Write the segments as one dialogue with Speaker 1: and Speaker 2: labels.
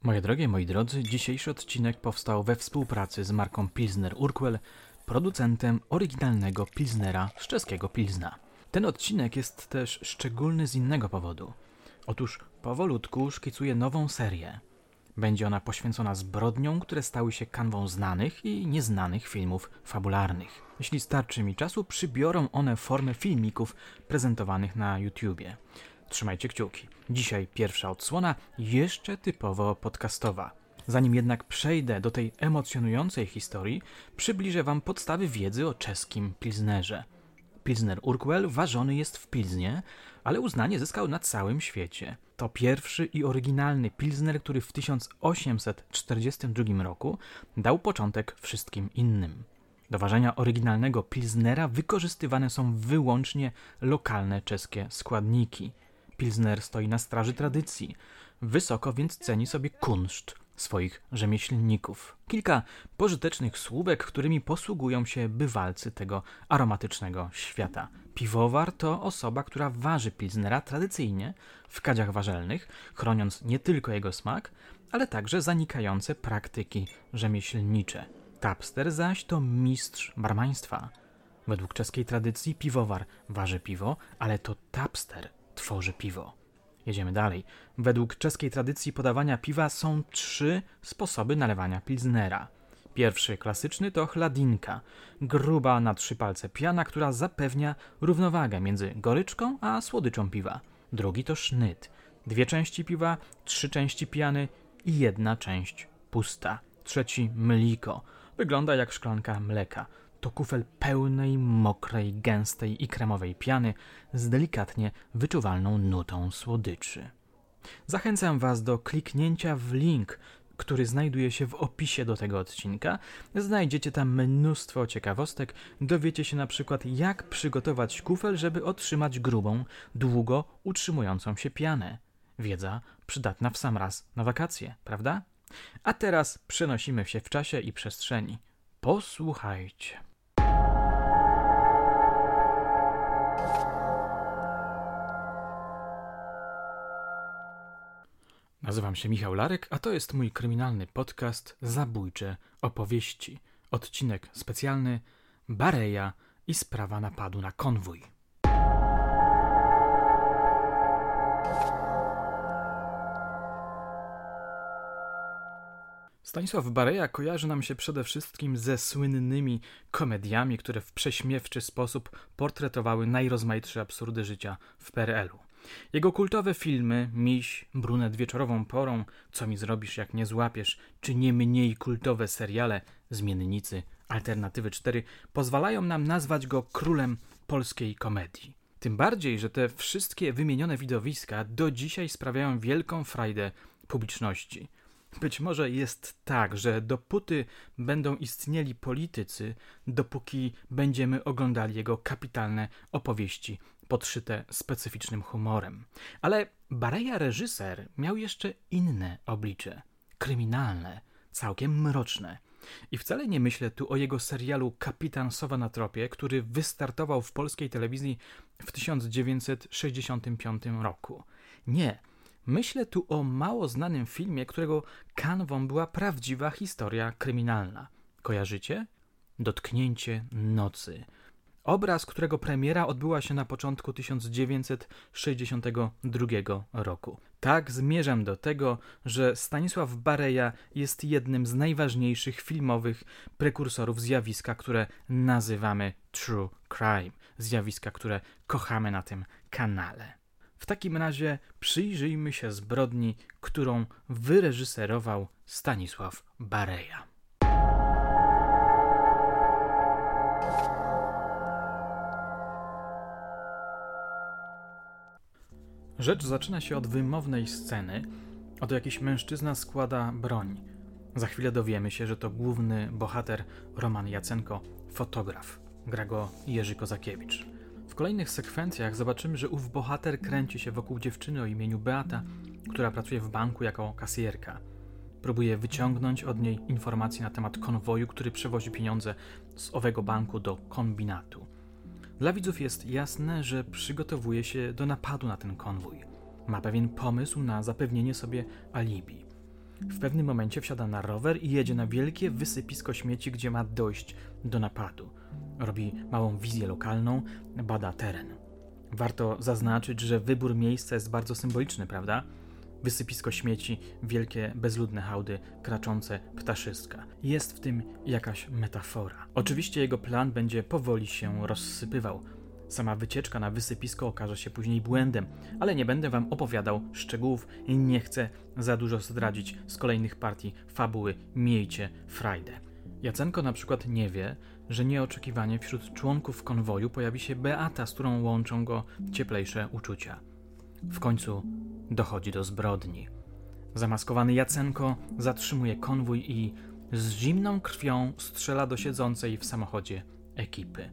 Speaker 1: Moje drogie, moi drodzy, dzisiejszy odcinek powstał we współpracy z marką Pilsner Urquell, producentem oryginalnego Pilsnera z czeskiego Pilzna. Ten odcinek jest też szczególny z innego powodu. Otóż powolutku szkicuję nową serię. Będzie ona poświęcona zbrodniom, które stały się kanwą znanych i nieznanych filmów fabularnych. Jeśli starczy mi czasu, przybiorą one formę filmików prezentowanych na YouTubie. Trzymajcie kciuki. Dzisiaj pierwsza odsłona, jeszcze typowo podcastowa. Zanim jednak przejdę do tej emocjonującej historii, przybliżę Wam podstawy wiedzy o czeskim Pilsnerze. Pilsner Urquell ważony jest w Pilznie, ale uznanie zyskał na całym świecie. To pierwszy i oryginalny Pilsner, który w 1842 roku dał początek wszystkim innym. Do ważenia oryginalnego Pilsnera wykorzystywane są wyłącznie lokalne czeskie składniki. Pilsner stoi na straży tradycji, wysoko więc ceni sobie kunszt swoich rzemieślników. Kilka pożytecznych słówek, którymi posługują się bywalcy tego aromatycznego świata. Piwowar to osoba, która waży Pilsnera tradycyjnie w kadziach warzelnych, chroniąc nie tylko jego smak, ale także zanikające praktyki rzemieślnicze. Tapster zaś to mistrz barmaństwa. Według czeskiej tradycji piwowar waży piwo, ale to tapster tworzy piwo. Jedziemy dalej. Według czeskiej tradycji podawania piwa są 3 sposoby nalewania pilsnera. Pierwszy, klasyczny, to chladinka. Gruba na 3 palce piana, która zapewnia równowagę między goryczką a słodyczą piwa. Drugi to sznyt. 2 części piwa, 3 części piany i 1 część pusta. Trzeci, mliko. Wygląda jak szklanka mleka. To kufel pełnej, mokrej, gęstej i kremowej piany z delikatnie wyczuwalną nutą słodyczy. Zachęcam Was do kliknięcia w link, który znajduje się w opisie do tego odcinka. Znajdziecie tam mnóstwo ciekawostek. Dowiecie się na przykład, jak przygotować kufel, żeby otrzymać grubą, długo utrzymującą się pianę. Wiedza przydatna w sam raz na wakacje, prawda? A teraz przenosimy się w czasie i przestrzeni. Posłuchajcie. Nazywam się Michał Larek, a to jest mój kryminalny podcast Zabójcze opowieści. Odcinek specjalny Bareja i sprawa napadu na konwój. Stanisław Bareja kojarzy nam się przede wszystkim ze słynnymi komediami, które w prześmiewczy sposób portretowały najrozmaitsze absurdy życia w PRL-u. Jego kultowe filmy Miś, Brunet wieczorową porą, Co mi zrobisz jak nie złapiesz, czy nie mniej kultowe seriale Zmiennicy, Alternatywy 4 pozwalają nam nazwać go królem polskiej komedii. Tym bardziej, że te wszystkie wymienione widowiska do dzisiaj sprawiają wielką frajdę publiczności. Być może jest tak, że dopóty będą istnieli politycy, dopóki będziemy oglądali jego kapitalne opowieści podszyte specyficznym humorem. Ale Bareja reżyser miał jeszcze inne oblicze, kryminalne, całkiem mroczne. I wcale nie myślę tu o jego serialu Kapitan Sowa na tropie, który wystartował w polskiej telewizji w 1965 roku. Nie. Myślę tu o mało znanym filmie, którego kanwą była prawdziwa historia kryminalna. Kojarzycie? Dotknięcie nocy. Obraz, którego premiera odbyła się na początku 1962 roku. Tak zmierzam do tego, że Stanisław Bareja jest jednym z najważniejszych filmowych prekursorów zjawiska, które nazywamy true crime. Zjawiska, które kochamy na tym kanale. W takim razie przyjrzyjmy się zbrodni, którą wyreżyserował Stanisław Bareja. Rzecz zaczyna się od wymownej sceny. Oto jakiś mężczyzna składa broń. Za chwilę dowiemy się, że to główny bohater Roman Jacenko, fotograf. Gra go Jerzy Kozakiewicz. W kolejnych sekwencjach zobaczymy, że ów bohater kręci się wokół dziewczyny o imieniu Beata, która pracuje w banku jako kasjerka. Próbuje wyciągnąć od niej informacje na temat konwoju, który przewozi pieniądze z owego banku do kombinatu. Dla widzów jest jasne, że przygotowuje się do napadu na ten konwój. Ma pewien pomysł na zapewnienie sobie alibi. W pewnym momencie wsiada na rower i jedzie na wielkie wysypisko śmieci, gdzie ma dojść do napadu. Robi małą wizję lokalną, bada teren. Warto zaznaczyć, że wybór miejsca jest bardzo symboliczny, prawda? Wysypisko śmieci, wielkie, bezludne hałdy, kraczące ptaszyska. Jest w tym jakaś metafora. Oczywiście jego plan będzie powoli się rozsypywał. Sama wycieczka na wysypisko okaże się później błędem, ale nie będę wam opowiadał szczegółów i nie chcę za dużo zdradzić z kolejnych partii fabuły. Miejcie frajdę. Jacenko na przykład nie wie, że nieoczekiwanie wśród członków konwoju pojawi się Beata, z którą łączą go cieplejsze uczucia. W końcu dochodzi do zbrodni. Zamaskowany Jacenko zatrzymuje konwój i z zimną krwią strzela do siedzącej w samochodzie ekipy.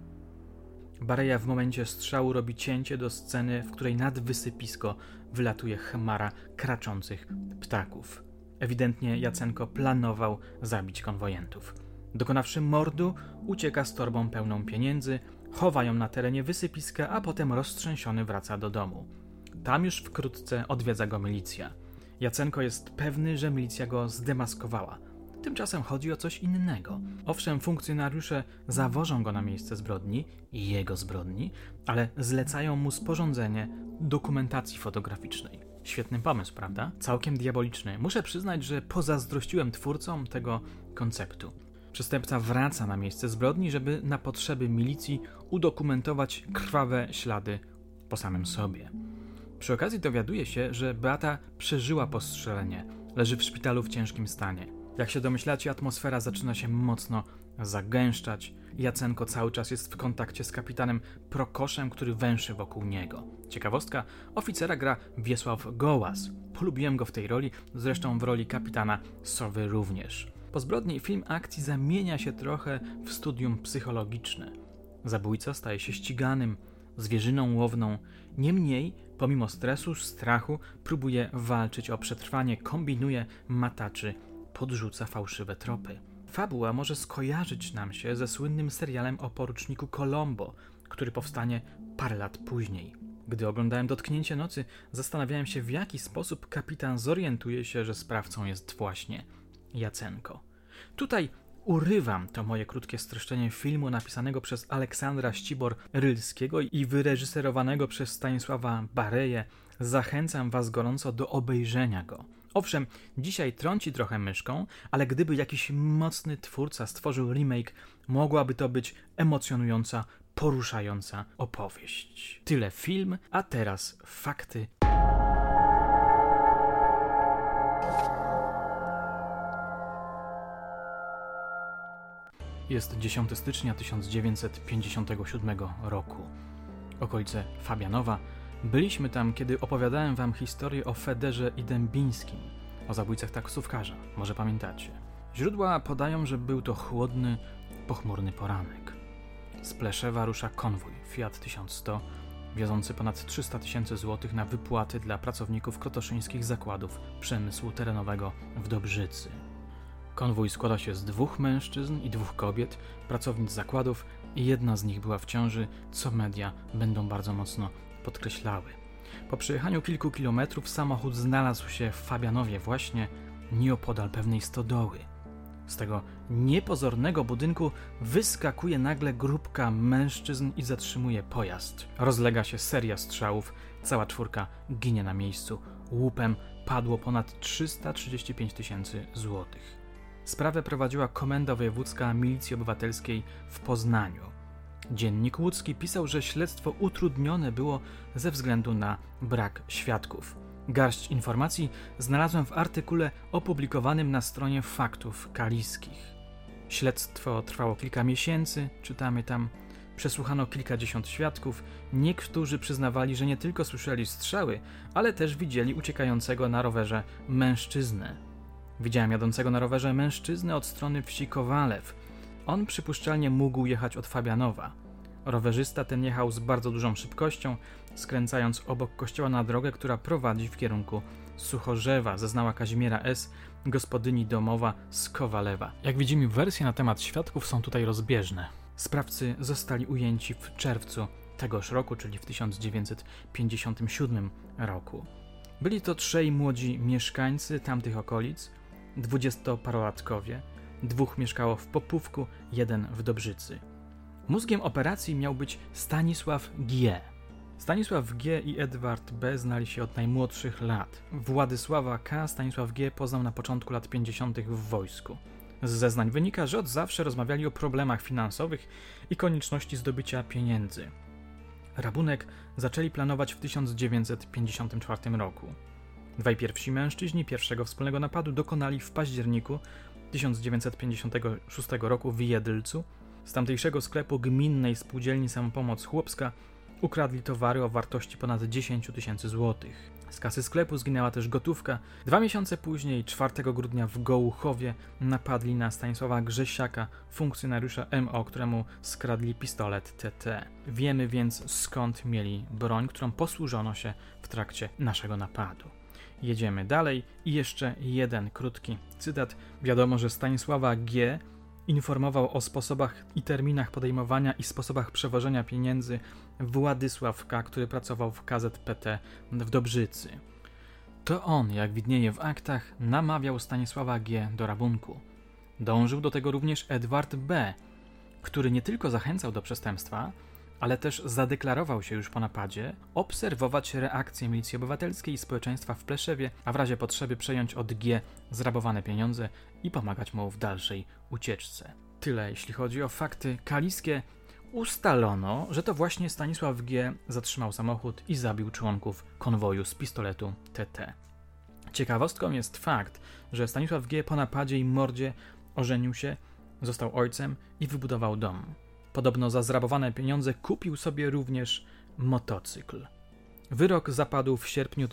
Speaker 1: Bareja w momencie strzału robi cięcie do sceny, w której nad wysypisko wylatuje chmara kraczących ptaków. Ewidentnie Jacenko planował zabić konwojentów. Dokonawszy mordu, ucieka z torbą pełną pieniędzy, chowa ją na terenie wysypiska, a potem roztrzęsiony wraca do domu. Tam już wkrótce odwiedza go milicja. Jacenko jest pewny, że milicja go zdemaskowała. Tymczasem chodzi o coś innego. Owszem, funkcjonariusze zawożą go na miejsce zbrodni, jego zbrodni, ale zlecają mu sporządzenie dokumentacji fotograficznej. Świetny pomysł, prawda? Całkiem diaboliczny. Muszę przyznać, że pozazdrościłem twórcom tego konceptu. Przestępca wraca na miejsce zbrodni, żeby na potrzeby milicji udokumentować krwawe ślady po samym sobie. Przy okazji dowiaduje się, że Beata przeżyła postrzelenie. Leży w szpitalu w ciężkim stanie. Jak się domyślacie, atmosfera zaczyna się mocno zagęszczać. Jacenko cały czas jest w kontakcie z kapitanem Prokoszem, który węszy wokół niego. Ciekawostka, oficera gra Wiesław Gołas. Polubiłem go w tej roli, zresztą w roli kapitana Sowy również. Po zbrodni film akcji zamienia się trochę w studium psychologiczne. Zabójca staje się ściganym, zwierzyną łowną. Niemniej, pomimo stresu, strachu, próbuje walczyć o przetrwanie, kombinuje, mataczy, podrzuca fałszywe tropy. Fabuła może skojarzyć nam się ze słynnym serialem o poruczniku Colombo, który powstanie parę lat później. Gdy oglądałem Dotknięcie nocy, zastanawiałem się, w jaki sposób kapitan zorientuje się, że sprawcą jest właśnie Jacenko. Tutaj urywam to moje krótkie streszczenie filmu napisanego przez Aleksandra Ścibor-Rylskiego i wyreżyserowanego przez Stanisława Bareję. Zachęcam was gorąco do obejrzenia go. Owszem, dzisiaj trąci trochę myszką, ale gdyby jakiś mocny twórca stworzył remake, mogłaby to być emocjonująca, poruszająca opowieść. Tyle film, a teraz fakty. Jest 10 stycznia 1957 roku. Okolice Fabianowa. Byliśmy tam, kiedy opowiadałem wam historię o Federze i Dębińskim, o zabójcach taksówkarza, może pamiętacie. Źródła podają, że był to chłodny, pochmurny poranek. Z Pleszewa rusza konwój Fiat 1100, wiozący ponad 300 000 złotych na wypłaty dla pracowników krotoszyńskich zakładów przemysłu terenowego w Dobrzycy. Konwój składa się z 2 mężczyzn i 2 kobiet, pracownic zakładów, i jedna z nich była w ciąży, co media będą bardzo mocno podkreślały. Po przejechaniu kilku kilometrów samochód znalazł się w Fabianowie właśnie nieopodal pewnej stodoły. Z tego niepozornego budynku wyskakuje nagle grupka mężczyzn i zatrzymuje pojazd. Rozlega się seria strzałów, cała 4 ginie na miejscu. Łupem padło ponad 335 000 złotych. Sprawę prowadziła Komenda Wojewódzka Milicji Obywatelskiej w Poznaniu. Dziennik Łódzki pisał, że śledztwo utrudnione było ze względu na brak świadków. Garść informacji znalazłem w artykule opublikowanym na stronie Faktów Kaliskich. Śledztwo trwało kilka miesięcy, czytamy tam. Przesłuchano kilkadziesiąt świadków. Niektórzy przyznawali, że nie tylko słyszeli strzały, ale też widzieli uciekającego na rowerze mężczyznę. Widziałem jadącego na rowerze mężczyznę od strony wsi Kowalew. On przypuszczalnie mógł jechać od Fabianowa. Rowerzysta ten jechał z bardzo dużą szybkością, skręcając obok kościoła na drogę, która prowadzi w kierunku Suchorzewa, zeznała Kazimiera S., gospodyni domowa z Kowalewa. Jak widzimy, wersje na temat świadków są tutaj rozbieżne. Sprawcy zostali ujęci w czerwcu tegoż roku, czyli w 1957 roku. Byli to trzej młodzi mieszkańcy tamtych okolic, 20-parolatkowie, 2 mieszkało w Popówku, 1 w Dobrzycy. Mózgiem operacji miał być Stanisław G. Stanisław G. i Edward B. znali się od najmłodszych lat. Władysława K. Stanisław G. poznał na początku lat 50. w wojsku. Z zeznań wynika, że od zawsze rozmawiali o problemach finansowych i konieczności zdobycia pieniędzy. Rabunek zaczęli planować w 1954 roku. Dwaj pierwsi mężczyźni pierwszego wspólnego napadu dokonali w październiku 1956 roku w Jedlcu. Z tamtejszego sklepu gminnej spółdzielni Samopomoc Chłopska ukradli towary o wartości ponad 10 000 złotych. Z kasy sklepu zginęła też gotówka. 2 miesiące później, 4 grudnia w Gołuchowie, napadli na Stanisława Grzesiaka, funkcjonariusza MO, któremu skradli pistolet TT. Wiemy więc, skąd mieli broń, którą posłużono się w trakcie naszego napadu. Jedziemy dalej i jeszcze jeden krótki cytat. Wiadomo, że Stanisława G. informował o sposobach i terminach podejmowania i sposobach przewożenia pieniędzy Władysław K., który pracował w KZPT w Dobrzycy. To on, jak widnieje w aktach, namawiał Stanisława G. do rabunku. Dążył do tego również Edward B., który nie tylko zachęcał do przestępstwa, ale też zadeklarował się już po napadzie obserwować reakcję Milicji Obywatelskiej i społeczeństwa w Pleszewie, a w razie potrzeby przejąć od G. zrabowane pieniądze i pomagać mu w dalszej ucieczce. Tyle jeśli chodzi o fakty kaliskie. Ustalono, że to właśnie Stanisław G. zatrzymał samochód i zabił członków konwoju z pistoletu TT. Ciekawostką jest fakt, że Stanisław G. po napadzie i mordzie ożenił się, został ojcem i wybudował dom. Podobno za zrabowane pieniądze kupił sobie również motocykl. Wyrok zapadł w sierpniu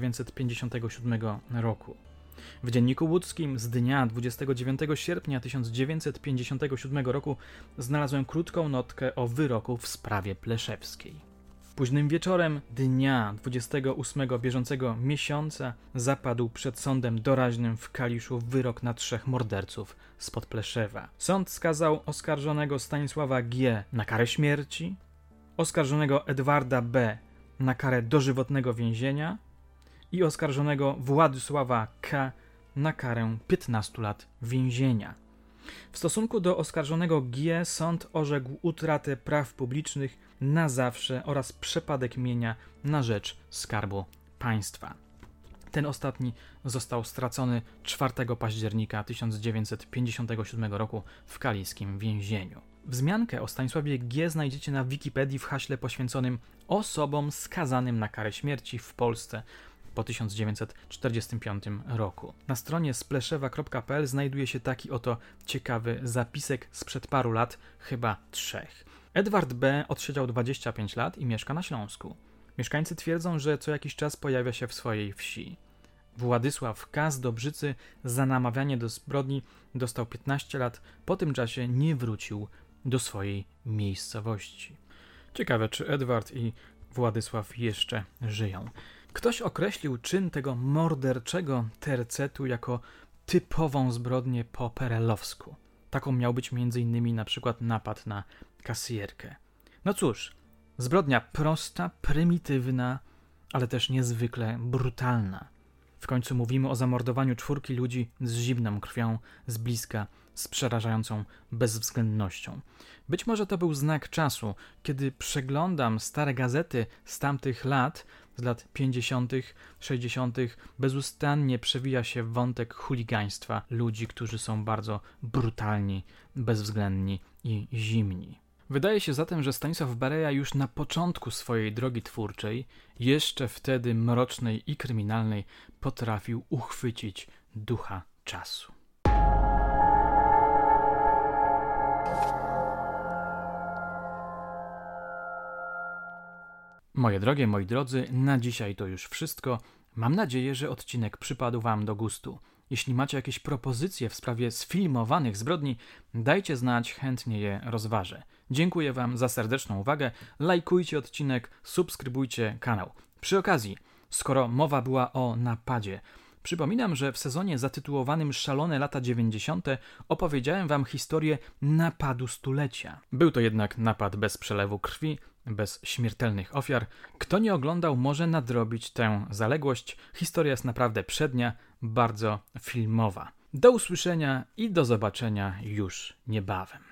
Speaker 1: 1957 roku. W Dzienniku Łódzkim z dnia 29 sierpnia 1957 roku znalazłem krótką notkę o wyroku w sprawie pleszewskiej. Późnym wieczorem dnia 28 bieżącego miesiąca zapadł przed sądem doraźnym w Kaliszu wyrok na 3 morderców spod Pleszewa. Sąd skazał oskarżonego Stanisława G. na karę śmierci, oskarżonego Edwarda B. na karę dożywotnego więzienia i oskarżonego Władysława K. na karę 15 lat więzienia. W stosunku do oskarżonego G. sąd orzekł utratę praw publicznych na zawsze oraz przepadek mienia na rzecz Skarbu Państwa. Ten ostatni został stracony 4 października 1957 roku w kaliskim więzieniu. Wzmiankę o Stanisławie G. znajdziecie na Wikipedii w haśle poświęconym osobom skazanym na karę śmierci w Polsce po 1945 roku. Na stronie spleszewa.pl znajduje się taki oto ciekawy zapisek sprzed paru lat, chyba 3. Edward B. odsiedział 25 lat i mieszka na Śląsku. Mieszkańcy twierdzą, że co jakiś czas pojawia się w swojej wsi. Władysław K. z Dobrzycy za namawianie do zbrodni dostał 15 lat, po tym czasie nie wrócił do swojej miejscowości. Ciekawe, czy Edward i Władysław jeszcze żyją. Ktoś określił czyn tego morderczego tercetu jako typową zbrodnię po perelowsku. Taką miał być m.in. na przykład napad na kasjerkę. No cóż, zbrodnia prosta, prymitywna, ale też niezwykle brutalna. W końcu mówimy o zamordowaniu 4 ludzi z zimną krwią, z bliska, z przerażającą bezwzględnością. Być może to był znak czasu, kiedy przeglądam stare gazety z tamtych lat, z lat 50., 60., bezustannie przewija się wątek chuligaństwa ludzi, którzy są bardzo brutalni, bezwzględni i zimni. Wydaje się zatem, że Stanisław Bareja już na początku swojej drogi twórczej, jeszcze wtedy mrocznej i kryminalnej, potrafił uchwycić ducha czasu. Moje drogie, moi drodzy, na dzisiaj to już wszystko. Mam nadzieję, że odcinek przypadł Wam do gustu. Jeśli macie jakieś propozycje w sprawie sfilmowanych zbrodni, dajcie znać, chętnie je rozważę. Dziękuję Wam za serdeczną uwagę, lajkujcie odcinek, subskrybujcie kanał. Przy okazji, skoro mowa była o napadzie, przypominam, że w sezonie zatytułowanym Szalone lata 90. opowiedziałem Wam historię napadu stulecia. Był to jednak napad bez przelewu krwi, bez śmiertelnych ofiar. Kto nie oglądał, może nadrobić tę zaległość. Historia jest naprawdę przednia, bardzo filmowa. Do usłyszenia i do zobaczenia już niebawem.